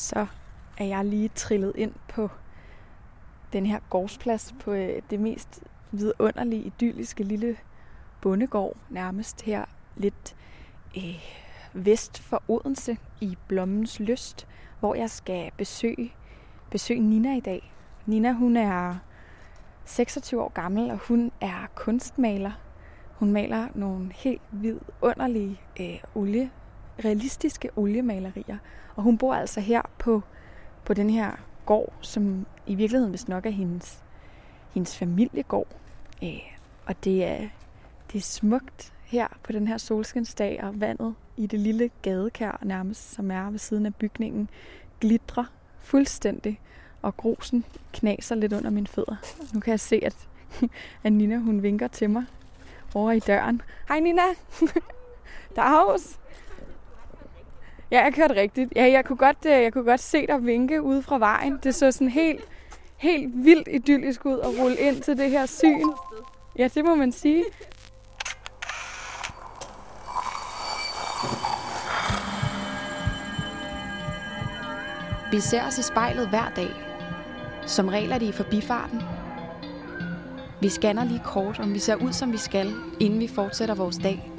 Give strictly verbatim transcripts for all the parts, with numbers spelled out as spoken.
så er jeg lige trillet ind på den her gårdsplads på øh, det mest vidunderlige, idylliske lille bondegård, nærmest her lidt øh, vest for Odense i Blommens Lyst, hvor jeg skal besøge, besøge Nina i dag. Nina, hun er seksogtyve år gammel, og hun er kunstmaler. Hun maler nogle helt vidunderlige øh, olie, realistiske oliemalerier. Og hun bor altså her på, på den her gård, som i virkeligheden vist nok er hendes, hendes familiegård. Øh, og det er, det er smukt her på den her solskinsdag, og vandet i det lille gadekær nærmest, som er ved siden af bygningen, glitrer fuldstændig, og grusen knaser lidt under mine fødder. Nu kan jeg se, at, at Nina hun vinker til mig over i døren. Hej Nina! Dags! Ja, jeg kørte rigtigt. Ja, jeg kunne godt, jeg kunne godt se dig vinke ude fra vejen. Det så sådan helt, helt vildt idyllisk ud at rulle ind til det her syn. Ja, det må man sige. Vi ser os i spejlet hver dag. Som regel er det i forbifarten. Vi scanner lige kort, om vi ser ud, som vi skal, inden vi fortsætter vores dag.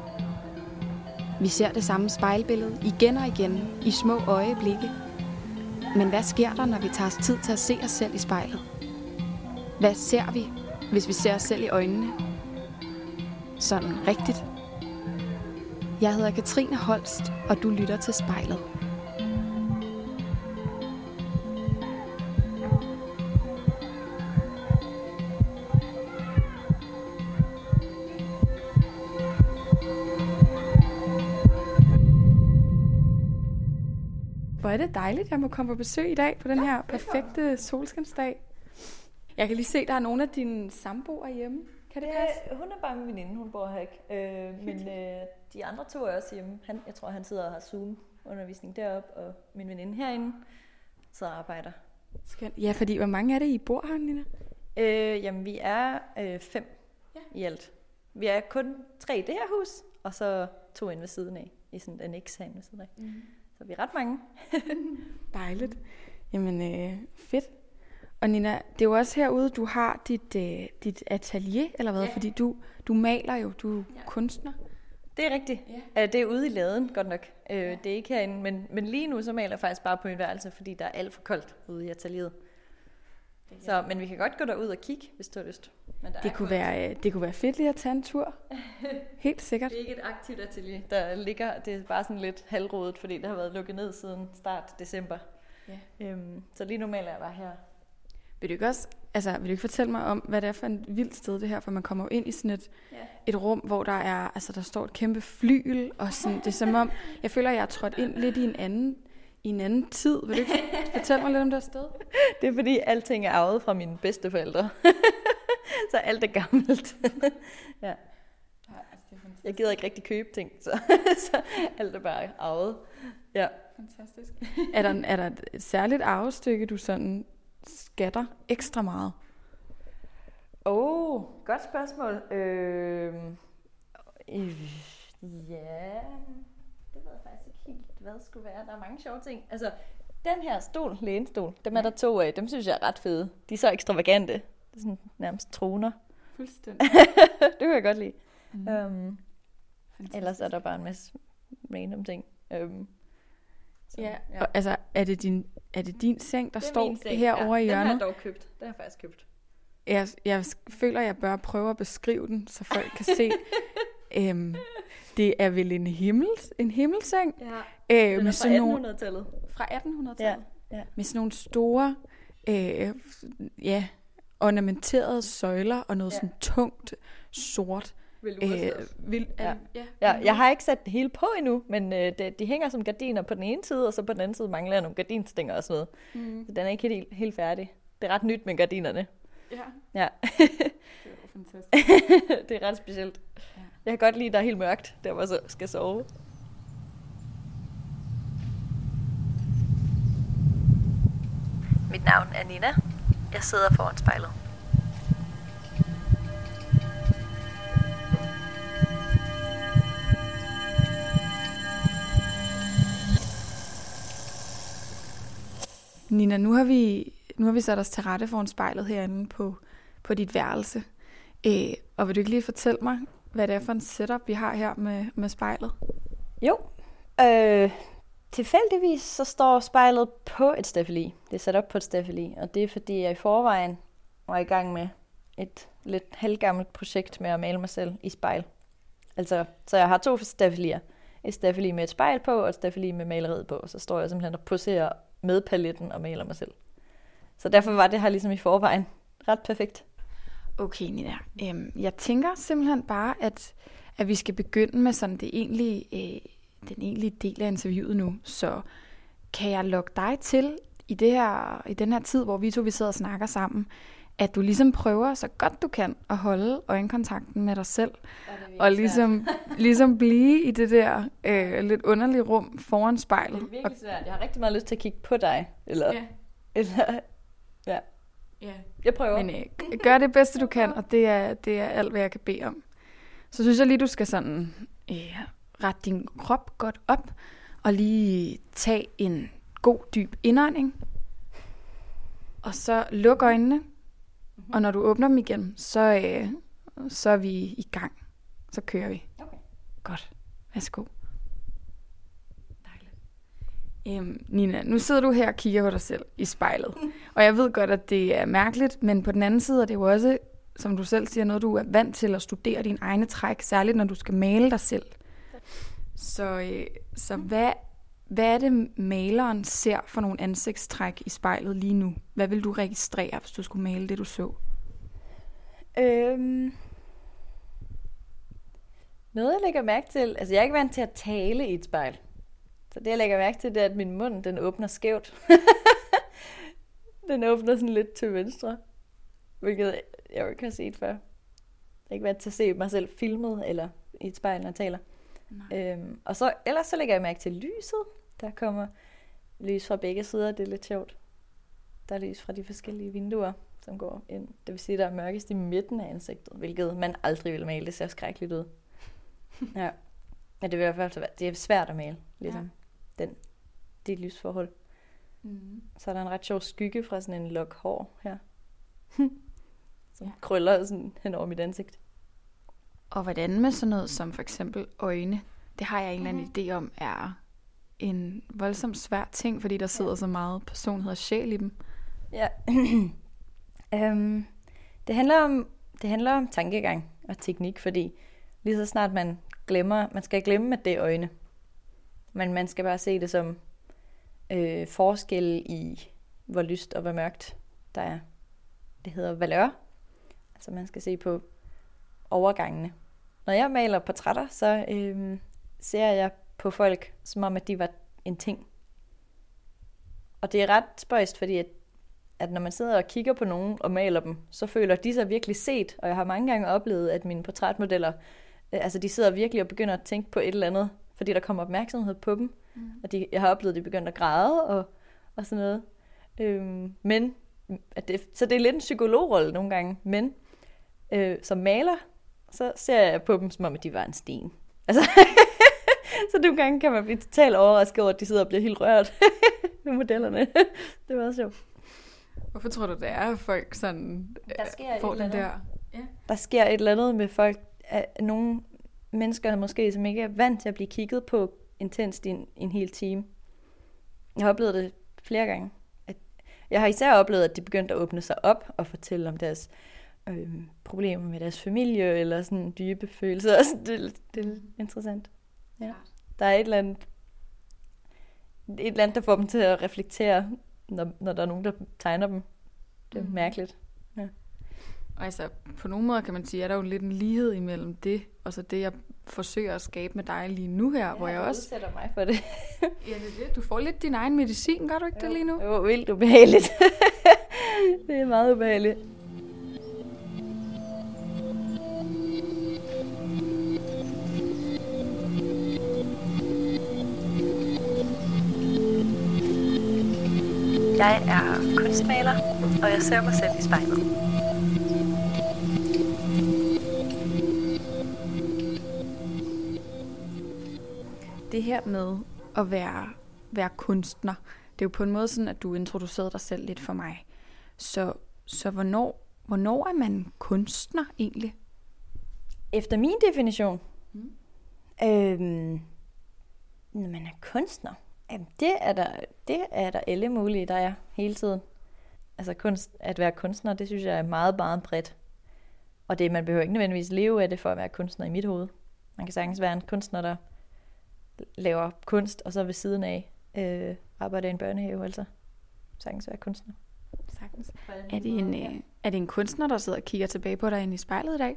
Vi ser det samme spejlbillede igen og igen i små øjeblikke. Men hvad sker der, når vi tager os tid til at se os selv i spejlet? Hvad ser vi, hvis vi ser os selv i øjnene? Sådan rigtigt. Jeg hedder Katrine Holst, og du lytter til Spejlet. Hvor er det dejligt, at jeg må komme på besøg i dag på den her perfekte solskinsdag. Jeg kan lige se, at der er nogle af dine samboer hjemme. Kan det passe? Ja, hun er bare min veninde, hun bor her ikke. Øh, men øh, de andre to er også hjemme. Han, jeg tror, han sidder og har Zoom-undervisning deroppe, og min veninde herinde sidder og arbejder. Ja, fordi hvor mange er det, I bor her, Nina? Øh, jamen, vi er øh, fem ja. i alt. Vi er kun tre i det her hus, og så to inde ved siden af, i sådan en annex ved siden af. Mm. Så vi er ret mange. Dejligt. Jamen, øh, fedt. Og Nina, det er jo også herude, du har dit, øh, dit atelier, eller hvad? Ja. Fordi du, du maler jo, du er ja. kunstner. Det er rigtigt. Ja. Det er ude i laden, godt nok. Ja. Det er ikke herinde, men, men lige nu så maler jeg faktisk bare på min værelse, fordi der er alt for koldt ude i atelieret. Så, men vi kan godt gå derud og kigge, hvis du har lyst. Men det, kunne være, det kunne være fedt lige at tage en tur. Helt sikkert. Det er ikke et aktivt atelier, der ligger. Det er bare sådan lidt halvrodet, fordi det har været lukket ned siden start december. Ja. Øhm, så lige nu maler jeg bare her. Vil du ikke også, altså vil du ikke fortælle mig om, hvad det er for et vildt sted det her, for man kommer jo ind i sådan et, ja. et rum, hvor der er, altså der står et kæmpe flygel, og sådan, det er som om, jeg føler, jeg er trådt ind lidt i en anden, i en anden tid. Vil du ikke fortælle mig lidt om det her sted? Det er fordi, alting er arvet fra mine bedsteforældre. Så alt er gammelt. Ja. Jeg gider ikke rigtig købe ting, så, så alt er bare arvet. Ja. Fantastisk. Er der, er der et særligt arvestykke, du sådan skatter ekstra meget? Åh, oh, godt spørgsmål. Øh, øh, ja, det ved jeg faktisk ikke helt, hvad det skulle være. Der er mange sjove ting. Altså, den her stol, lænestol, dem er der to af. Dem synes jeg er ret fede. De er så ekstravagante. Det er sådan nærmest troner. Fuldstændig. Det kan jeg godt lide. Mm. Um, ellers er der bare en masse random ting. Um, så, ja, ja. Og, altså, er det din, er det din seng, der står seng, herovre ja. i hjørnet? Den har jeg dog købt. Den har jeg faktisk købt. Jeg, jeg føler, jeg bør prøve at beskrive den, så folk kan se. um, det er vel en himmels, en himmelseng. Ja. Øh, den er fra attenhundredetallet. Fra attenhundredetallet? Ja. Ja. Med sådan nogle store, øh, ja, ornamenterede søjler og noget ja. sådan tungt, sort. Øh, vil, ja. Ja. Ja, jeg har ikke sat det hele på endnu, men øh, det, de hænger som gardiner på den ene side, og så på den anden side mangler jeg nogle gardinstænger og sådan noget. Mm. Så den er ikke helt, helt færdig. Det er ret nyt med gardinerne. Ja. Ja. Det er fantastisk. Det er ret specielt. Ja. Jeg kan godt lide, at der er helt mørkt, der hvor jeg skal sove. Mit navn er Nina. Jeg sidder foran spejlet. Nina, nu har vi nu har vi sat os til rette foran spejlet herinde på, på dit værelse. Øh, og vil du ikke lige fortælle mig, hvad det er for en setup, vi har her med, med spejlet? Jo, øh, tilfældigvis så står spejlet på et staffeli. Det er sat op på et staffeli, og det er fordi jeg i forvejen var i gang med et lidt halvgammelt projekt med at male mig selv i spejl. Altså, så jeg har to staffelier. Et staffeli med et spejl på, og et staffeli med maleriet på. Og så står jeg simpelthen og poserer med paletten og maler mig selv. Så derfor var det her ligesom i forvejen ret perfekt. Okay, Nina. Øhm, jeg tænker simpelthen bare, at, at vi skal begynde med sådan det egentlige, øh, den egentlige del af interviewet nu. Så kan jeg lokke dig til i, det her, i den her tid, hvor vi to vi sidder og snakker sammen, at du ligesom prøver så godt du kan at holde øjenkontakten med dig selv, og ligesom, ligesom blive i det der øh, lidt underlige rum foran spejlet. Det er virkelig svært. Jeg har rigtig meget lyst til at kigge på dig. Eller, ja. eller ja. ja. Jeg prøver. Men øh, gør det bedste du kan, og det er, det er alt, hvad jeg kan bede om. Så synes jeg lige, du skal sådan øh, rette din krop godt op, og lige tage en god dyb indånding, og så luk øjnene. Og når du åbner dem igen, så, øh, så er vi i gang. Så kører vi. Okay. Godt. Værsgo. Dejligt. Øhm, Nina, nu sidder du her og kigger på dig selv i spejlet. Og jeg ved godt, at det er mærkeligt, men på den anden side er det jo også, som du selv siger, noget du er vant til at studere dine egne træk, særligt når du skal male dig selv. Så, øh, så hvad, hvad er det, maleren ser for nogle ansigtstræk i spejlet lige nu? Hvad vil du registrere, hvis du skulle male det, du så? Øhm, noget, jeg lægger mærke til... Altså, jeg er ikke vant til at tale i et spejl. Så det, jeg lægger mærke til, det er, at min mund, den åbner skævt. Den åbner sådan lidt til venstre. Hvilket jeg jo ikke har set før. Jeg er ikke vant til at se mig selv filmet, eller i et spejl, når jeg taler. Øhm, og så, ellers så lægger jeg mærke til lyset. Der kommer lys fra begge sider, det er lidt sjovt. Der er lys fra de forskellige vinduer, som går ind. Det vil sige, der er mørkest i midten af ansigtet, hvilket man aldrig vil male. Det ser skrækkeligt ud. Ja. Ja, det vil i hvert fald være, det er svært at male, ligesom ja. den, det lysforhold. Mm. Så er der en ret sjov skygge fra sådan en lok hår her, som ja. krøller sådan hen over mit ansigt. Og hvordan med sådan noget som for eksempel øjne? Det har jeg en eller anden idé om er en voldsomt svær ting, fordi der sidder ja. så meget personlighed og sjæl i dem. Ja. um, det, handler om, det handler om tankegang og teknik, fordi lige så snart man glemmer, man skal glemme, at det er øjne. Men man skal bare se det som øh, forskel i, hvor lyst og hvor mørkt der er. Det hedder valør. Altså man skal se på overgangene. Når jeg maler portrætter, så øh, ser jeg på folk, som om at de var en ting. Og det er ret spøjst, fordi at, at når man sidder og kigger på nogen og maler dem, så føler de sig virkelig set. Og jeg har mange gange oplevet, at mine portrætmodeller, øh, altså de sidder virkelig og begynder at tænke på et eller andet, fordi der kommer opmærksomhed på dem. Mm. Og de, jeg har oplevet, at de begynder at græde og, og sådan noget. Øhm, men, at det, så det er lidt en psykologrolle nogle gange. Men øh, som maler, så ser jeg på dem, som om at de var en sten. Altså, så nogle gange kan man blive totalt overrasket over, at de sidder og bliver helt rørt med modellerne. Det var også sjovt. Hvorfor tror du, det er, at folk sådan der sker får den der? Ja. Der sker et eller andet med folk, at nogle mennesker måske, som ikke er vant til at blive kigget på intenst i en, en hel time. Jeg har oplevet det flere gange. At jeg har især oplevet, at de begyndte at åbne sig op og fortælle om deres øh, problemer med deres familie, eller sådan dybe følelser. Det, det er interessant. Ja. Der er et eller andet, et eller andet, der får dem til at reflektere, når, når der er nogen, der tegner dem. Det er mm. mærkeligt. Ja. Og altså, på nogle måder kan man sige, at der er jo lidt en lighed imellem det, og så det, jeg forsøger at skabe med dig lige nu her, ja, hvor jeg også... udsætter mig for det. Ja, det er det. Du får lidt din egen medicin, gør du ikke jo, det lige nu? Jo, vildt ubehageligt. Det er meget ubehageligt. Jeg er kunstmaler, og jeg ser mig selv i spejlet. Det her med at være, være kunstner, det er jo på en måde sådan, at du introducerede dig selv lidt for mig. Så, så hvornår, hvornår er man kunstner egentlig? Efter min definition, mm. øhm, når man er kunstner, jamen det er der, det er der alle mulige, der er hele tiden. Altså kunst, at være kunstner, det synes jeg er meget, meget bredt. Og det, man behøver ikke nødvendigvis leve af det for at være kunstner i mit hoved. Man kan sagtens være en kunstner, der laver kunst, og så ved siden af øh, arbejder i en børnehave, altså sagtens være kunstner. Sagtens. Er det, en, øh, er det en kunstner, der sidder og kigger tilbage på dig inde i spejlet i dag?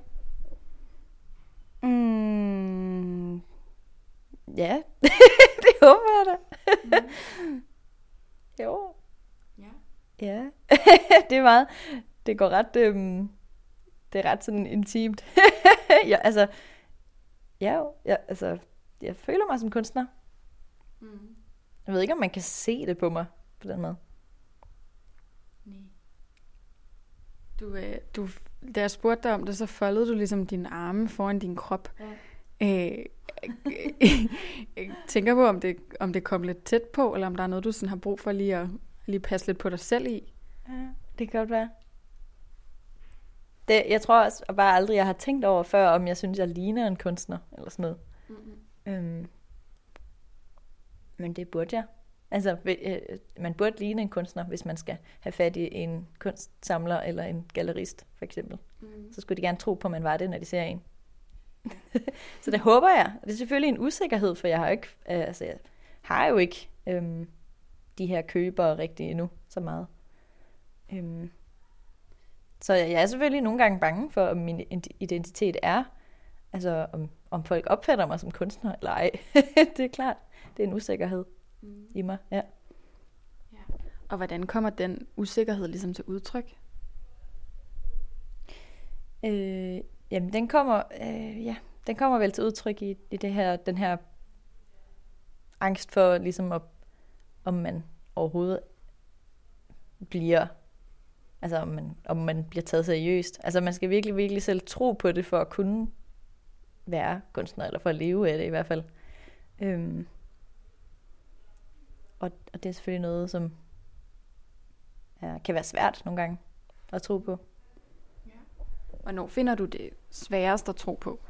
Mm, ja, det håber jeg da. Mm. Jo. Ja. Ja, det er meget, det går ret, øhm, det er ret sådan intimt. ja, altså, ja, ja, altså, jeg føler mig som kunstner. Mm. Jeg ved ikke, om man kan se det på mig på den måde. Nej. Du, øh, du, da jeg spurgte dig om det, så foldede du ligesom dine arme foran din krop. Ja. Øh, jeg tænker på, om det, om det kom lidt tæt på, eller om der er noget, du sådan har brug for lige at lige passe lidt på dig selv i. Ja, det kan godt være. Det, jeg tror også bare aldrig, jeg har tænkt over før, om jeg synes, jeg ligner en kunstner, eller sådan noget. Mm-hmm. Øhm, men det burde jeg. Altså, øh, man burde ligne en kunstner, hvis man skal have fat i en kunstsamler, eller en gallerist, for eksempel. Mm. Så skulle de gerne tro på, at man var det, når de ser en. Så det håber jeg. Det er selvfølgelig en usikkerhed, for jeg har, ikke, øh, altså, jeg har jo ikke øh, de her købere rigtig endnu så meget. Øh, så jeg er selvfølgelig nogle gange bange for, om min identitet er, altså om, om folk opfatter mig som kunstner eller ej. Det er klart, det er en usikkerhed mm. i mig. Ja. Ja. Og hvordan kommer den usikkerhed ligesom til udtryk? Øh, jamen den kommer, øh, ja, den kommer vel til udtryk i, i det her, den her angst for ligesom at, om man overhovedet bliver, altså om man, om man bliver taget seriøst. Altså man skal virkelig, virkelig selv tro på det for at kunne være kunstner, eller for at leve af det i hvert fald. Øhm, og, og det er selvfølgelig noget, som ja, kan være svært nogle gange at tro på. Hvornår finder du det sværest at tro på?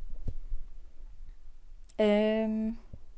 Øhm,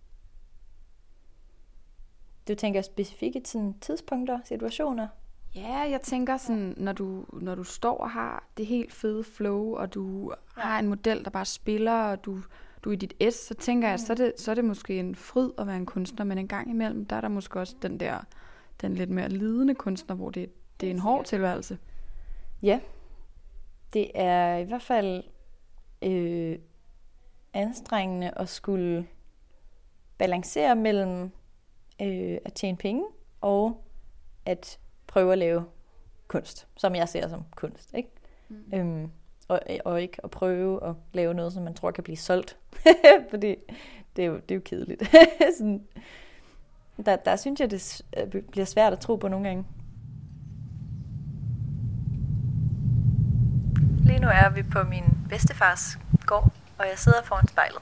du tænker specifikke sådan, tidspunkter, situationer? Ja, jeg tænker sådan, når du, når du står og har det helt fede flow, og du ja. har en model, der bare spiller, og du, du er i dit S, så tænker mm. jeg, så er, det, så er det måske en fryd at være en kunstner, men en gang imellem, der er der måske også den der, den lidt mere lidende kunstner, hvor det, det er en hård tilværelse. Ja. Det er i hvert fald øh, anstrengende at skulle balancere mellem øh, at tjene penge og at prøve at lave kunst, som jeg ser som kunst, ikke? Mm. Øhm, og, og ikke at prøve at lave noget, som man tror kan blive solgt, fordi det er jo, det er jo kedeligt. Sådan, der, der synes jeg, det bliver svært at tro på nogle gange. Lige nu er vi på min bedstefars gård, og jeg sidder foran spejlet.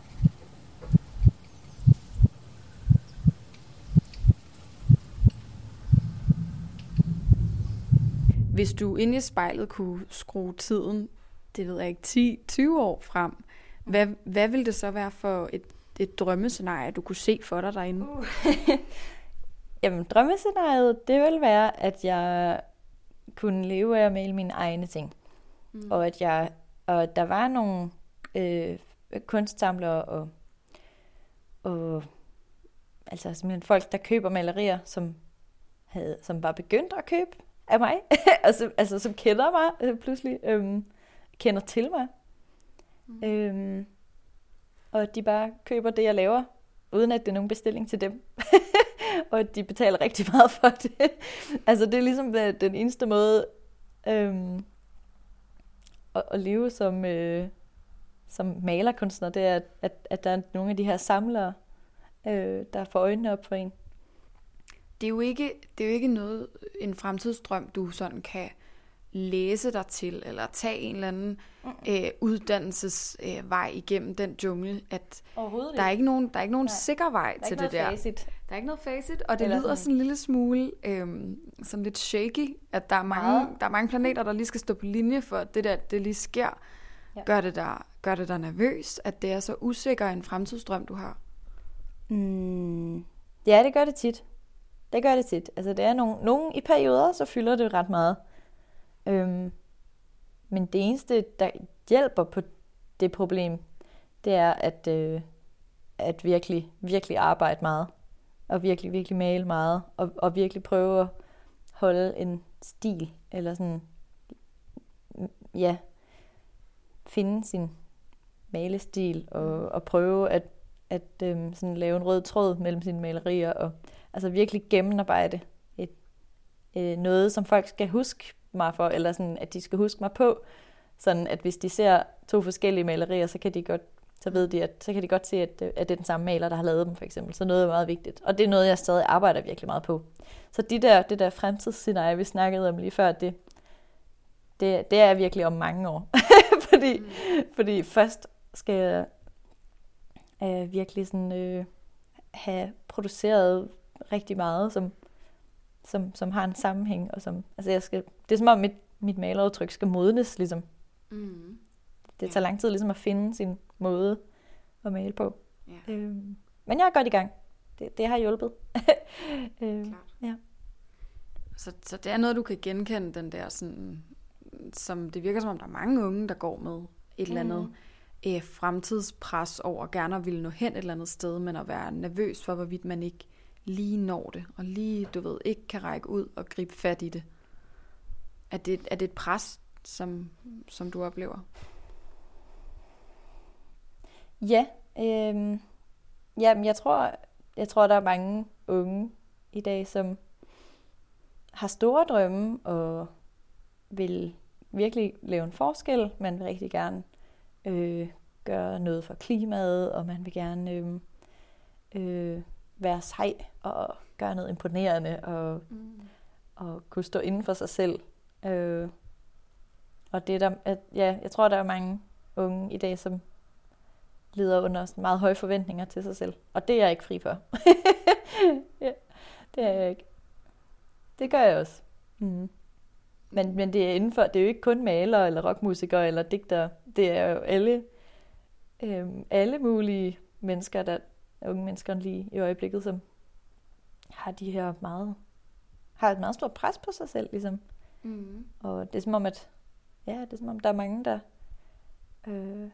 Hvis du inde i spejlet kunne skrue tiden, det ved jeg ikke, ti til tyve år frem, hvad, hvad ville det så være for et, et drømmescenarie, du kunne se for dig derinde? Uh. Jamen, drømmescenariet, det ville være, at jeg kunne leve af at male mine egne ting. Mm. Og at jeg, og der var nogle øh, kunstsamlere og, og altså simpelthen folk, der køber malerier, som havde, som var begyndt at købe af mig, altså, altså som kender mig øh, pludselig, øh, kender til mig, mm. øh, og at de bare køber det, jeg laver, uden at det er nogen bestilling til dem, og at de betaler rigtig meget for det. Altså det er ligesom den eneste måde øh, at, at leve som, øh, som malerkunstner, det er, at, at der er nogle af de her samlere, øh, der får øjnene op for en. Det er jo ikke, det er jo ikke noget, en fremtidsdrøm, du sådan kan læse dig til, eller tage en eller anden mm. øh, uddannelsesvej øh, igennem den jungle, at der er ikke nogen, der er ikke nogen sikker vej til det der. Facit. Der Der er ikke noget facit, og det Eller lyder sådan- sådan en lille smule øhm, sådan lidt shaky, at der er, mange, Meget. der er mange planeter, der lige skal stå på linje for, at det der, det lige sker. Ja. Gør det der, gør det der nervøs, at det er så usikker en fremtidsdrøm, du har? Mm, ja, det gør det tit. Det gør det tit. Altså, det er nogle, nogle i perioder, så fylder det ret meget. Øhm, men det eneste, der hjælper på det problem, det er at, øh, at virkelig, virkelig arbejde meget. Og virkelig, virkelig male meget. Og, og virkelig prøve at holde en stil. Eller sådan, ja, finde sin malestil. Og, og prøve at, at øhm, sådan lave en rød tråd mellem sine malerier. Og altså virkelig gennemarbejde et, øh, noget, som folk skal huske mig for. Eller sådan, at de skal huske mig på. Sådan at hvis de ser to forskellige malerier, så kan de godt, så ved de, at så kan de godt se, at, at det er den samme maler, der har lavet dem, for eksempel. Så noget er meget vigtigt. Og det er noget, jeg stadig arbejder virkelig meget på. Så de der, det der fremtidsscenarie, vi snakkede om lige før, det, det, det er virkelig om mange år. fordi, mm. fordi først skal jeg øh, virkelig sådan, øh, have produceret rigtig meget, som, som, som har en sammenhæng. Og som, altså jeg skal, det er som om, mit, mit maleraudtryk skal modnes, ligesom. Mm. Det tager lang tid ligesom at finde sin måde at male på. Ja. Øhm, men jeg er godt i gang. Det, det har hjulpet. øhm, ja. Så, så det er noget, du kan genkende, den der sådan, som det virker som om, der er mange unge, der går med et eller andet mm. eh, fremtidspres over gerne at ville nå hen et eller andet sted, men at være nervøs for, hvorvidt man ikke lige når det, og lige, du ved, ikke kan række ud og gribe fat i det. Er det, er det et pres, som, som du oplever? Ja, øh, jamen jeg tror, jeg tror, der er mange unge i dag, som har store drømme og vil virkelig lave en forskel. Man vil rigtig gerne øh, gøre noget for klimaet, og man vil gerne øh, øh, være sej og gøre noget imponerende og, mm. og kunne stå inden for sig selv. Øh, og det er der, at, ja, jeg tror, der er mange unge i dag, som lider under meget høje forventninger til sig selv. Og det er jeg ikke fri for. ja, det er jeg ikke. Det gør jeg også. Mm. Men, men det er indenfor, det er jo ikke kun malere eller rockmusikere eller digtere. Det er jo alle, øhm, alle mulige mennesker, der unge mennesker lige i øjeblikket, som har de her meget, har et meget stort pres på sig selv, ligesom. Mm. Og det er som om, at ja, det er som om, der er mange, der øh,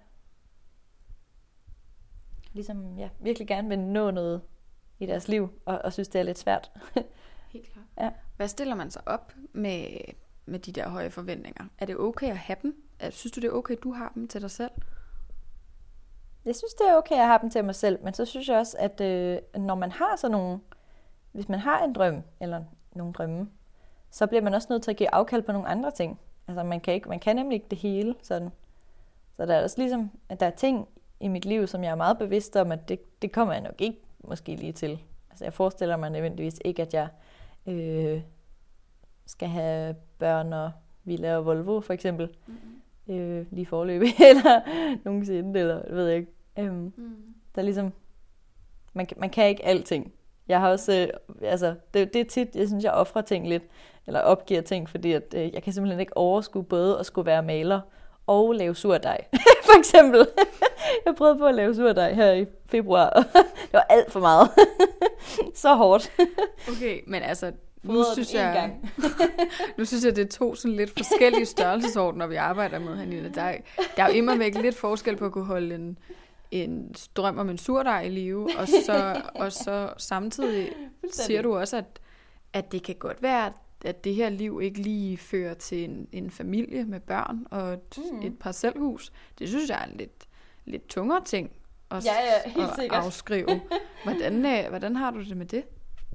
ligesom, ja, virkelig gerne vil nå noget i deres liv, og, og synes, det er lidt svært. Helt klart. Ja. Hvad stiller man sig op med, med de der høje forventninger? Er det okay at have dem? Synes du, det er okay, at du har dem til dig selv? Jeg synes, det er okay at have dem til mig selv, men så synes jeg også, at øh, når man har sådan nogle, hvis man har en drøm, eller nogle drømme, så bliver man også nødt til at give afkald på nogle andre ting. Altså man kan, ikke, man kan nemlig ikke det hele sådan. Så der er også ligesom, at der er ting i mit liv, som jeg er meget bevidst om, at det, det kommer jeg nok ikke måske lige til. Altså jeg forestiller mig nødvendigvis ikke, at jeg øh, skal have børn og villa og Volvo for eksempel. Mm-hmm. Øh, lige forløbig, eller nogensinde, eller ved jeg ikke. Øhm, mm. Der er ligesom, man, man kan ikke alting. Jeg har også, øh, altså, det, det er tit, jeg synes, jeg offrer ting lidt, eller opgiver ting, fordi at, øh, jeg kan simpelthen ikke overskue både at skulle være maler og lave surdej, for eksempel. Jeg prøvede på at lave surdej her i februar, og det var alt for meget. Så hårdt. Okay, men altså, nu synes, jeg, nu synes jeg, det er to sådan lidt forskellige størrelsesordner, vi arbejder med herinde. Der, der er jo immer væk lidt forskel på at kunne holde en, en drøm om en surdej i live, og så, og så samtidig siger du også, at, at det kan godt være, at det her liv ikke lige fører til en, en familie med børn og et, mm. et parcelhus. Det synes jeg er en lidt, lidt tungere ting at, ja, ja, helt at sikkert. afskrive. Hvordan, hvordan har du det med det?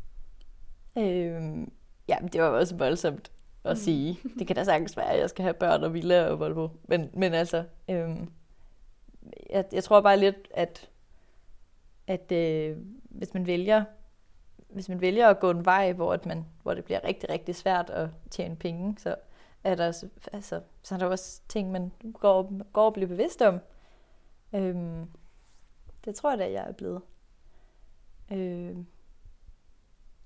Øhm, ja, det var også voldsomt at mm. sige. Det kan da sagtens være, at jeg skal have børn og villa og Volvo. Men, men altså, øhm, jeg, jeg tror bare lidt, at, at øh, hvis man vælger hvis man vælger at gå en vej, hvor, at man, hvor det bliver rigtig, rigtig svært at tjene penge, så er der, altså, så er der også ting, man går, går og bliver bevidst om. Øhm, det tror jeg da, jeg er blevet. Øhm,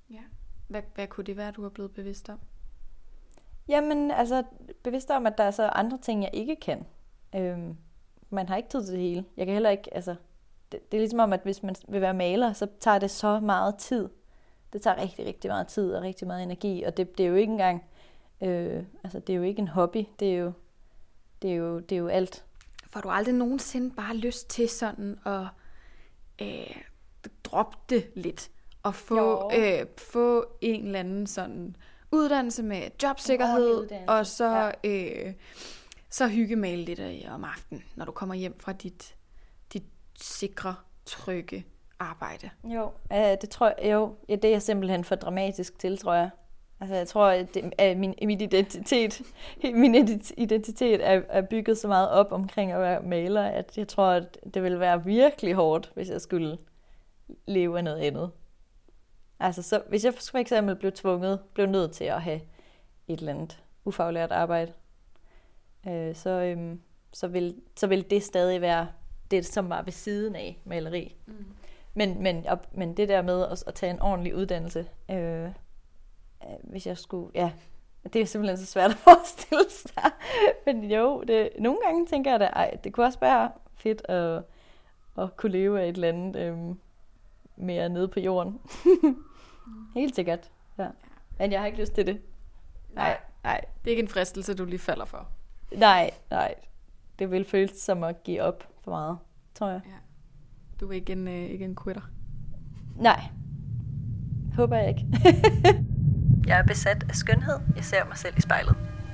Ja. Hvad, hvad kunne det være, du er blevet bevidst om? Jamen, altså bevidst om, at der er så andre ting, jeg ikke kan. Øhm, man har ikke tid til det hele. Jeg kan heller ikke, altså, det, det er ligesom om, at hvis man vil være maler, så tager det så meget tid. Det tager rigtig, rigtig meget tid og rigtig meget energi, og det, det er jo ikke engang, øh, altså det er jo ikke en hobby, det er jo, det er jo, det er jo alt. Får du aldrig nogensinde bare lyst til sådan at øh, droppe det lidt, og få, øh, få en eller anden sådan uddannelse med jobsikkerhed, og så, ja. øh, så hyggemale lidt af om aftenen, når du kommer hjem fra dit, dit sikre, trygge arbejde? Jo, øh, det tror jeg, jo, ja, det er simpelthen for dramatisk til, tror jeg. Altså, jeg tror, at, det, at min, min identitet, min identitet er, er bygget så meget op omkring at være maler, at jeg tror, at det ville være virkelig hårdt, hvis jeg skulle leve af noget andet. Altså, så, hvis jeg for eksempel blev tvunget, blev nødt til at have et eller andet ufaglært arbejde, øh, så, øh, så, vil, så vil det stadig være det, som var ved siden af maleri. Mm. Men, men, op, men det der med at, at tage en ordentlig uddannelse, øh, hvis jeg skulle, ja, det er simpelthen så svært at forestille sig. Men jo, det, nogle gange tænker jeg, at ej, det kunne også være fedt at, at kunne leve af et eller andet øh, mere nede på jorden. mm. Helt sikkert, ja. Men jeg har ikke lyst til det. Nej, nej. Det er ikke en fristelse, du lige falder for? Nej, nej. Det vil føles som at give op for meget, tror jeg. Ja. Du er ikke en, øh, ikke en quitter? Nej. Håber jeg ikke. Jeg er besat af skønhed. Jeg ser mig selv i spejlet.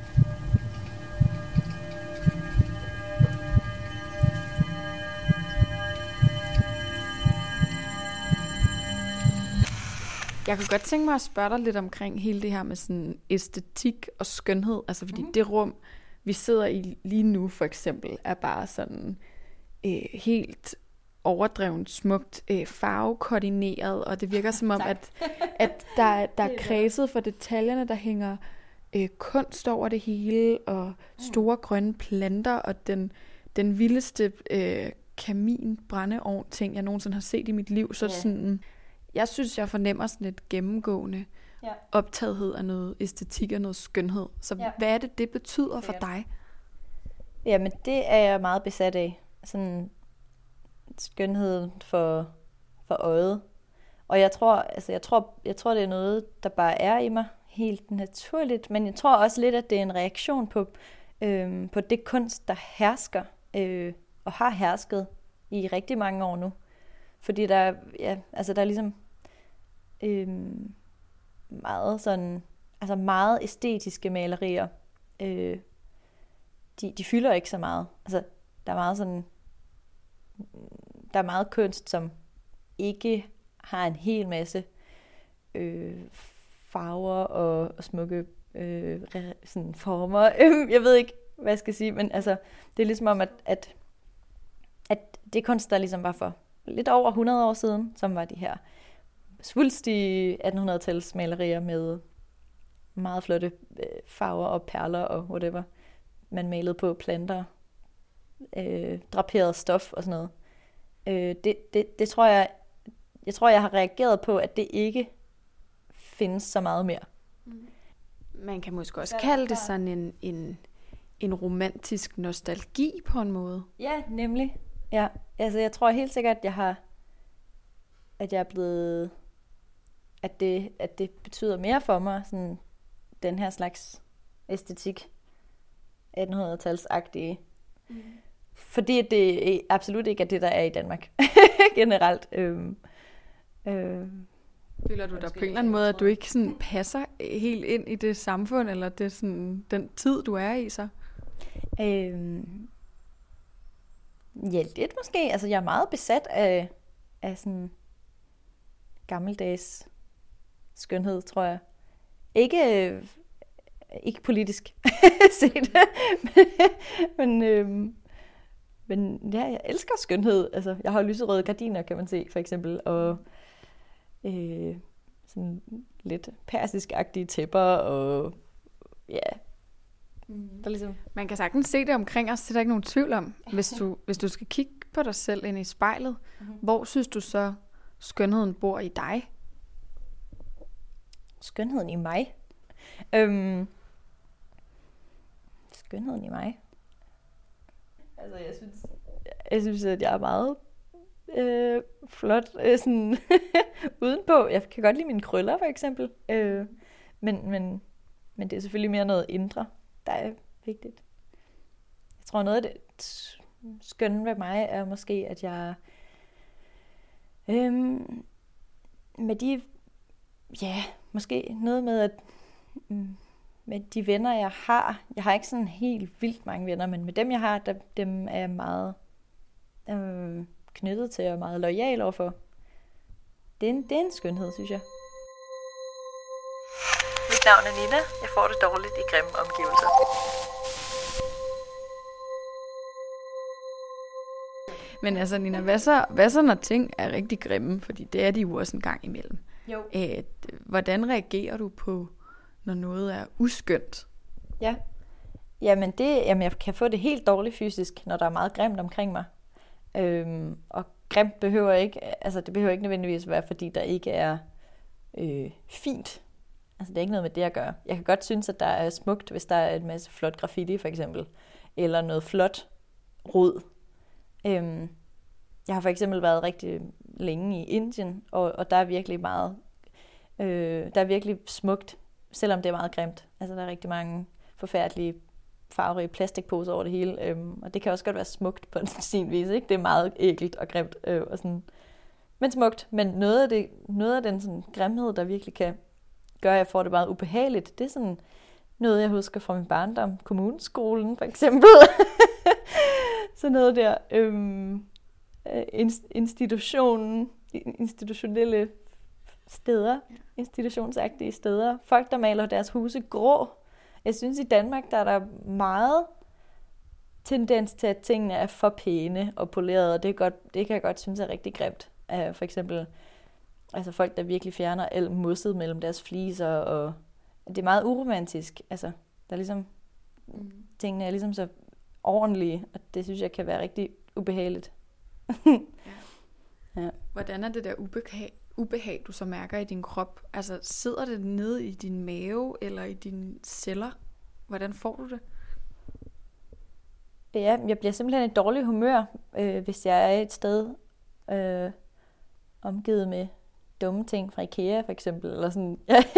Jeg kunne godt tænke mig at spørge dig lidt omkring hele det her med sådan æstetik og skønhed. Altså fordi mm-hmm. det rum, vi sidder i lige nu for eksempel, er bare sådan øh, helt overdrevet smukt, øh, farvekoordineret, og det virker som om, at, at der, der er kredset for detaljerne, der hænger øh, kunst over det hele, og store grønne planter, og den, den vildeste øh, kamin-brændeovn ting, jeg nogensinde har set i mit liv. Så yeah. sådan, jeg synes, jeg fornemmer sådan et gennemgående yeah. optagethed af noget æstetik og noget skønhed. Så yeah. hvad er det, det betyder for dig? Jamen, det er jeg meget besat af. Sådan skønhed for, for øjet. Og jeg tror, altså jeg tror, jeg tror, det er noget, der bare er i mig helt naturligt. Men jeg tror også lidt, at det er en reaktion på, øh, på det kunst, der hersker øh, og har hersket i rigtig mange år nu. Fordi der, ja, altså der er ligesom øh, meget sådan, altså meget æstetiske malerier. Øh, de, de fylder ikke så meget. Altså der er meget sådan, der er meget kunst, som ikke har en hel masse øh, farver og, og smukke øh, sådan former. Jeg ved ikke, hvad jeg skal sige, men altså, det er ligesom om, at, at, at det kunst, der ligesom var for lidt over hundrede år siden, som var de her svulstige attenhundrede-tals malerier med meget flotte øh, farver og perler og whatever. Man malede på planter, øh, draperet stof og sådan noget. Øh, det, det, det tror jeg, jeg tror, jeg har reageret på, at det ikke findes så meget mere. Mm. Man kan måske også kalde det sådan en, en, en romantisk nostalgi på en måde. Ja, nemlig. Ja, altså jeg tror helt sikkert, at jeg har, at jeg er blevet, at det, at det betyder mere for mig, sådan den her slags æstetik, attenhundrede-tals-agtige. Mm. Fordi det absolut ikke er det, der er i Danmark generelt. Øhm, øhm, Føler du dig på en eller anden måde, at du ikke sådan passer helt ind i det samfund, eller det sådan, den tid, du er i så? Øhm, ja, lidt måske. Altså, jeg er meget besat af, af sådan gammeldags skønhed, tror jeg. Ikke, øh, ikke politisk set, men... øhm, Men ja, jeg elsker skønhed. Altså, jeg har lyserøde gardiner, kan man se, for eksempel. Og øh, sådan lidt persisk-agtige tæpper. Og ja. Mm. Der ligesom... Man kan sagtens se det omkring os, så der er ikke nogen tvivl om. Hvis du, hvis du skal kigge på dig selv ind i spejlet, mm-hmm. hvor synes du så, skønheden bor i dig? skønheden i mig. Øhm, skønheden i mig. Altså, jeg synes, jeg synes, at jeg er meget øh, flot øh, sådan udenpå. Jeg kan godt lide mine krøller, for eksempel. Øh, men, men, men det er selvfølgelig mere noget indre, der er vigtigt. Jeg tror, noget af det skønne ved mig er måske, at jeg øh, med de, ja, måske noget med, at mm, med de venner, jeg har, jeg har ikke sådan helt vildt mange venner, men med dem, jeg har, der, dem er jeg meget øh, knyttet til og meget loyal overfor. Det er, en, det er en skønhed, synes jeg. Mit navn er Nina. Jeg får det dårligt i grimme omgivelser. Men altså, Nina, hvad så, hvad så når ting er rigtig grimme? Fordi det er de jo også en gang imellem. Jo. Æh, hvordan reagerer du på, når noget er uskønt? Ja, jamen, det, jamen jeg kan få det helt dårligt fysisk, når der er meget grimt omkring mig. Øhm, og grimt behøver ikke, altså det behøver ikke nødvendigvis være, fordi der ikke er øh, fint. Altså det er ikke noget med det at gøre. Jeg kan godt synes, at der er smukt, hvis der er en masse flot graffiti for eksempel, eller noget flot rod. Øhm, jeg har for eksempel været rigtig længe i Indien, og, og der er virkelig meget, øh, der er virkelig smukt, selvom det er meget grimt. Altså der er rigtig mange forfærdelige farverige plastikposer over det hele, øhm, og det kan også godt være smukt på en sin vis, ikke? Det er meget ægelt og grimt, øh, og sådan, men smukt. Men noget af, det, noget af den sådan, grimhed, der virkelig kan gøre, at jeg får det meget ubehageligt, det er sådan noget, jeg husker fra min barndom. Kommuneskolen for eksempel. Sådan noget der. Øhm, institutionen, institutionelle steder, institutionsagtige steder. Folk, der maler deres huse grå. Jeg synes, i Danmark, der er der meget tendens til, at tingene er for pæne og polerede, og det, er godt, det kan jeg godt synes er rigtig grimt. For eksempel altså folk, der virkelig fjerner al mosset mellem deres fliser, og det er meget uromantisk. Altså, der er ligesom, mm. tingene er ligesom så ordentlige, og det synes jeg kan være rigtig ubehageligt. Ja. Ja. Hvordan er det der ubehag, ubehag, du så mærker i din krop? Altså, sidder det nede i din mave, eller i dine celler? Hvordan får du det? Ja, jeg bliver simpelthen i dårlig humør, øh, hvis jeg er et sted øh, omgivet med dumme ting fra IKEA, for eksempel. Eller sådan.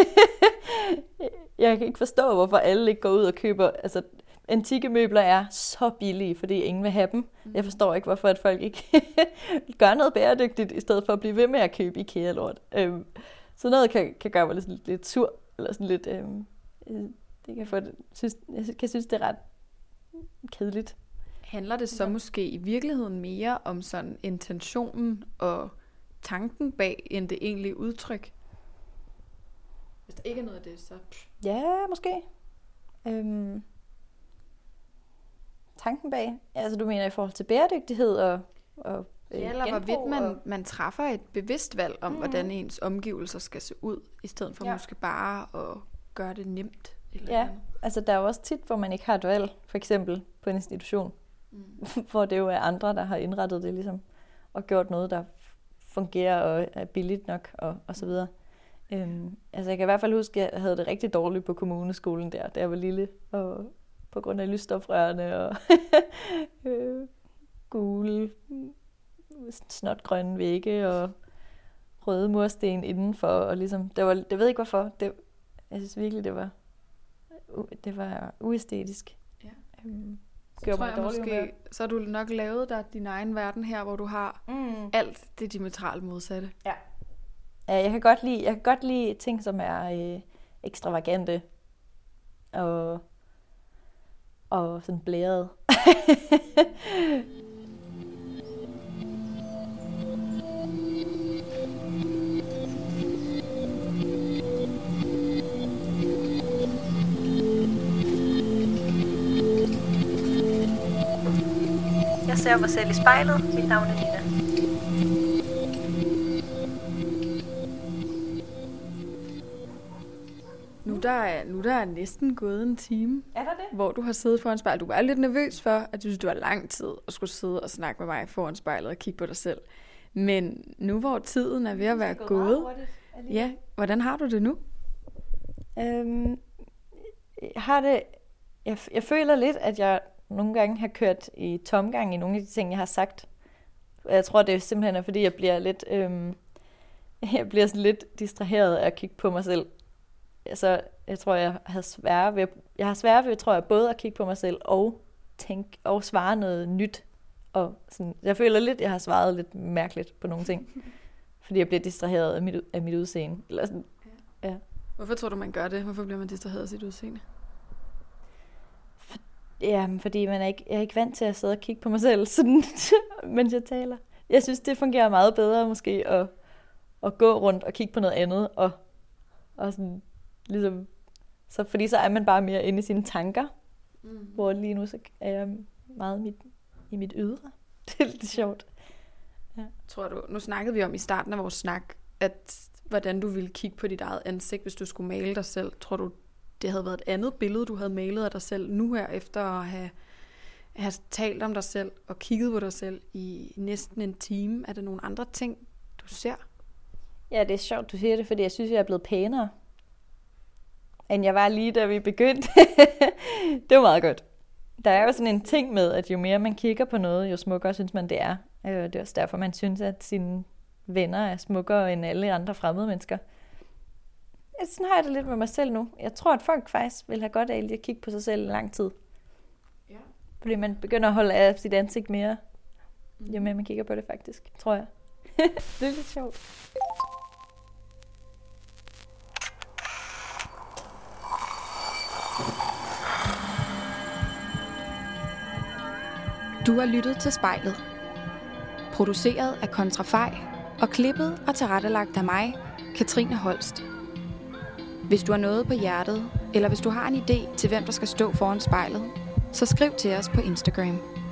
Jeg kan ikke forstå, hvorfor alle ikke går ud og køber. Altså, antikke møbler er så billige, fordi ingen vil have dem. Mm. Jeg forstår ikke, hvorfor at folk ikke gør noget bæredygtigt, i stedet for at blive ved med at købe IKEA-lort. Øhm, så noget kan, kan gøre mig lidt, lidt sur, eller sådan lidt... Øhm, det kan få det, synes, jeg kan synes, det er ret kedeligt. Handler det så ja. måske i virkeligheden mere om sådan intentionen og tanken bag, end det egentlige udtryk? Hvis der ikke er noget af det, så... Ja, måske. Øhm, tanken bag? Altså, du mener i forhold til bæredygtighed og, og øh, ja, eller hvorvidt man, og... man træffer et bevidst valg om, mm. hvordan ens omgivelser skal se ud, i stedet for ja. måske bare at gøre det nemt. Eller ja, eller altså der er jo også tit, hvor man ikke har et valg, for eksempel på en institution, mm. hvor det jo er andre, der har indrettet det ligesom, og gjort noget, der fungerer og er billigt nok, og, og så videre. Øhm, altså jeg kan i hvert fald huske, at jeg havde det rigtig dårligt på kommuneskolen der, da jeg var lille, og på grund af lysstofrørene og øh, gule, snotgrønne vægge og røde mursten indenfor, og ligesom, det var, det ved ikke hvorfor, det, jeg synes virkelig, det var, det var uæstetisk. Ja. Øhm, så tror jeg måske, så har du nok lavet dig din egen verden her, hvor du har mm. alt det diametralt modsatte. Ja. Ja, jeg kan godt lide, jeg kan godt lide ting, som er øh, ekstravagante og, og sådan blæret. Jeg ser mig selv i spejlet. Mit navn er Nina. Nu der er, nu der er næsten gået en time, er der det? Hvor du har siddet foran spejlet. Du var lidt nervøs for, at du synes, det var lang tid at skulle sidde og snakke med mig foran spejlet og kigge på dig selv. Men nu hvor tiden er ved at være gået, ja, hvordan har du det nu? Øhm, jeg har det... Jeg, jeg føler lidt, at jeg nogle gange har kørt i tomgang i nogle af de ting, jeg har sagt. Jeg tror, det er simpelthen, fordi jeg bliver lidt... Øhm, jeg bliver sådan lidt distraheret af at kigge på mig selv. Altså, jeg tror, jeg har svært ved... Jeg har svært ved, tror jeg, både at kigge på mig selv og tænke og svare noget nyt. Og sådan, jeg føler lidt, at jeg har svaret lidt mærkeligt på nogle ting. Fordi jeg bliver distraheret af mit, af mit udseende. Eller sådan, ja. Ja. Hvorfor tror du, man gør det? Hvorfor bliver man distraheret af sit udseende? For, ja, fordi man er ikke, jeg er ikke vant til at sidde og kigge på mig selv, sådan, mens jeg taler. Jeg synes, det fungerer meget bedre måske at, at gå rundt og kigge på noget andet. Og, og sådan, ligesom, så, fordi så er man bare mere inde i sine tanker. Mm. Hvor lige nu så er jeg meget mit, i mit ydre. Det er lidt sjovt. Ja. Tror du, nu snakkede vi om i starten af vores snak, at hvordan du ville kigge på dit eget ansigt, hvis du skulle male dig selv. Tror du, det havde været et andet billede, du havde malet af dig selv nu her, efter at have, have talt om dig selv og kigget på dig selv i næsten en time? Er der nogle andre ting, du ser? Ja, det er sjovt, du siger det, fordi jeg synes, jeg er blevet pænere, end jeg var lige da vi begyndte. Det var meget godt. Der er jo sådan en ting med, at jo mere man kigger på noget, jo smukkere synes man, det er. Det er også derfor, man synes, at sine venner er smukkere end alle andre fremmede mennesker. Ja, sådan har jeg det lidt med mig selv nu. Jeg tror, at folk faktisk vil have godt af lige at kigge på sig selv i lang tid. Ja. Fordi man begynder at holde af sit ansigt mere, jo mere man kigger på det faktisk, tror jeg. Det er lidt sjovt. Du har lyttet til Spejlet. Produceret af Kontrafej og klippet og tilrettelagt af mig, Katrine Holst. Hvis du har noget på hjertet, eller hvis du har en idé til, hvem der skal stå foran spejlet, så skriv til os på Instagram.